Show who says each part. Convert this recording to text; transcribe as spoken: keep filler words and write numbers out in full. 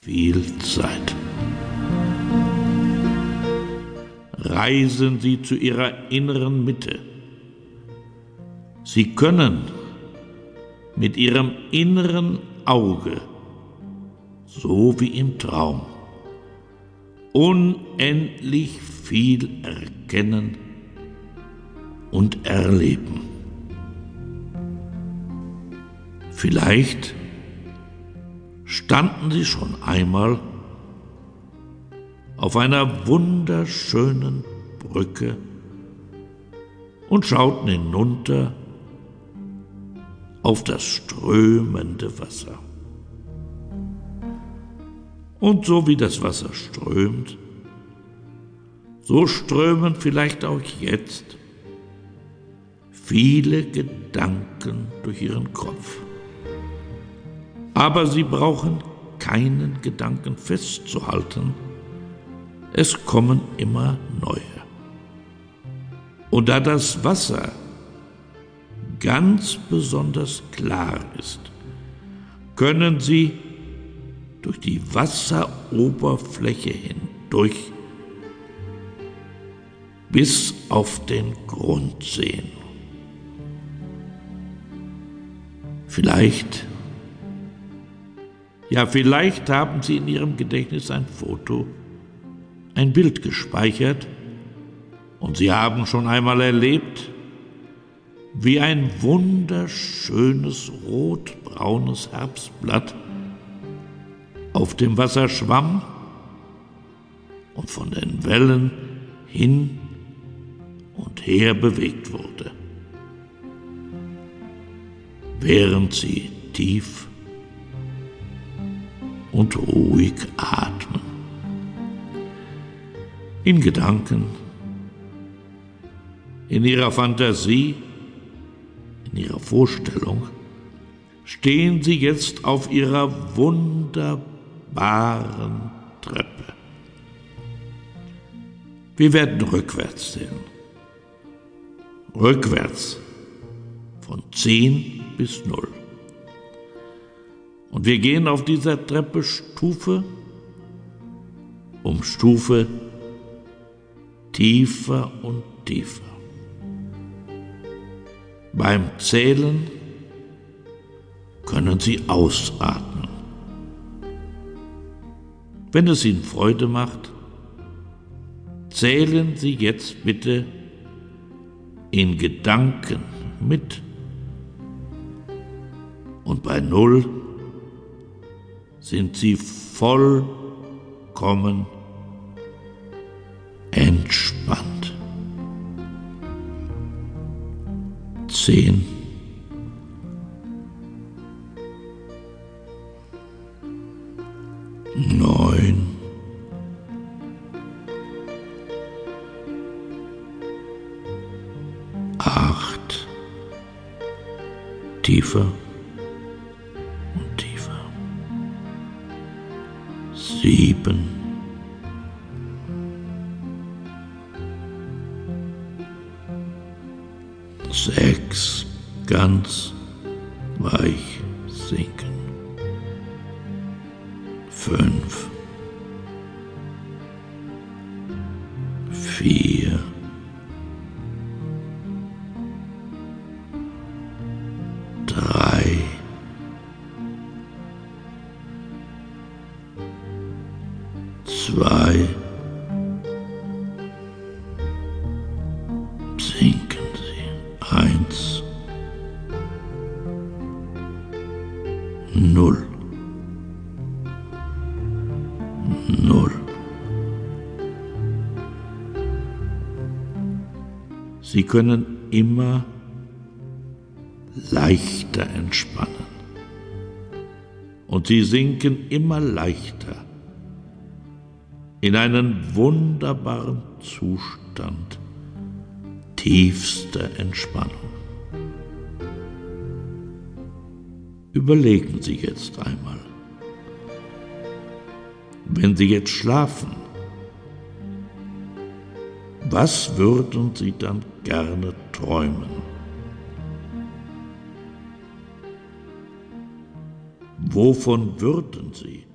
Speaker 1: viel Zeit. Reisen Sie zu Ihrer inneren Mitte. Sie können mit Ihrem inneren Auge, so wie im Traum, unendlich viel erkennen und erleben. Vielleicht standen Sie schon einmal auf einer wunderschönen Brücke und schauten hinunter auf das strömende Wasser. Und so wie das Wasser strömt, so strömen vielleicht auch jetzt viele Gedanken durch Ihren Kopf. Aber Sie brauchen keinen Gedanken festzuhalten, es kommen immer neue. Und da das Wasser ganz besonders klar ist, können Sie durch die Wasseroberfläche hindurch bis auf den Grund sehen. Vielleicht, ja vielleicht haben Sie in Ihrem Gedächtnis ein Foto, ein Bild gespeichert und Sie haben schon einmal erlebt, wie ein wunderschönes rotbraunes Herbstblatt auf dem Wasser schwamm und von den Wellen hin und her bewegt wurde, während sie tief und ruhig atmen. In Gedanken, in ihrer Fantasie, in ihrer Vorstellung stehen Sie jetzt auf Ihrer wunderbaren Treppe. Wir werden rückwärts sehen. Rückwärts von zehn bis null. Und wir gehen auf dieser Treppe Stufe um Stufe tiefer und tiefer. Beim Zählen können Sie ausatmen. Wenn es Ihnen Freude macht, zählen Sie jetzt bitte in Gedanken mit. Und bei Null sind Sie vollkommen entspannt. Zehn. Neun. Acht. Tiefer und tiefer. Sieben. Sechs, ganz weich sinken. Fünf, vier, drei, zwei, sinken Sie. Eins, null. Null. Sie können immer leichter entspannen und Sie sinken immer leichter in einen wunderbaren Zustand tiefster Entspannung. Überlegen Sie jetzt einmal, wenn Sie jetzt schlafen, was würden Sie dann gerne träumen? Wovon würden Sie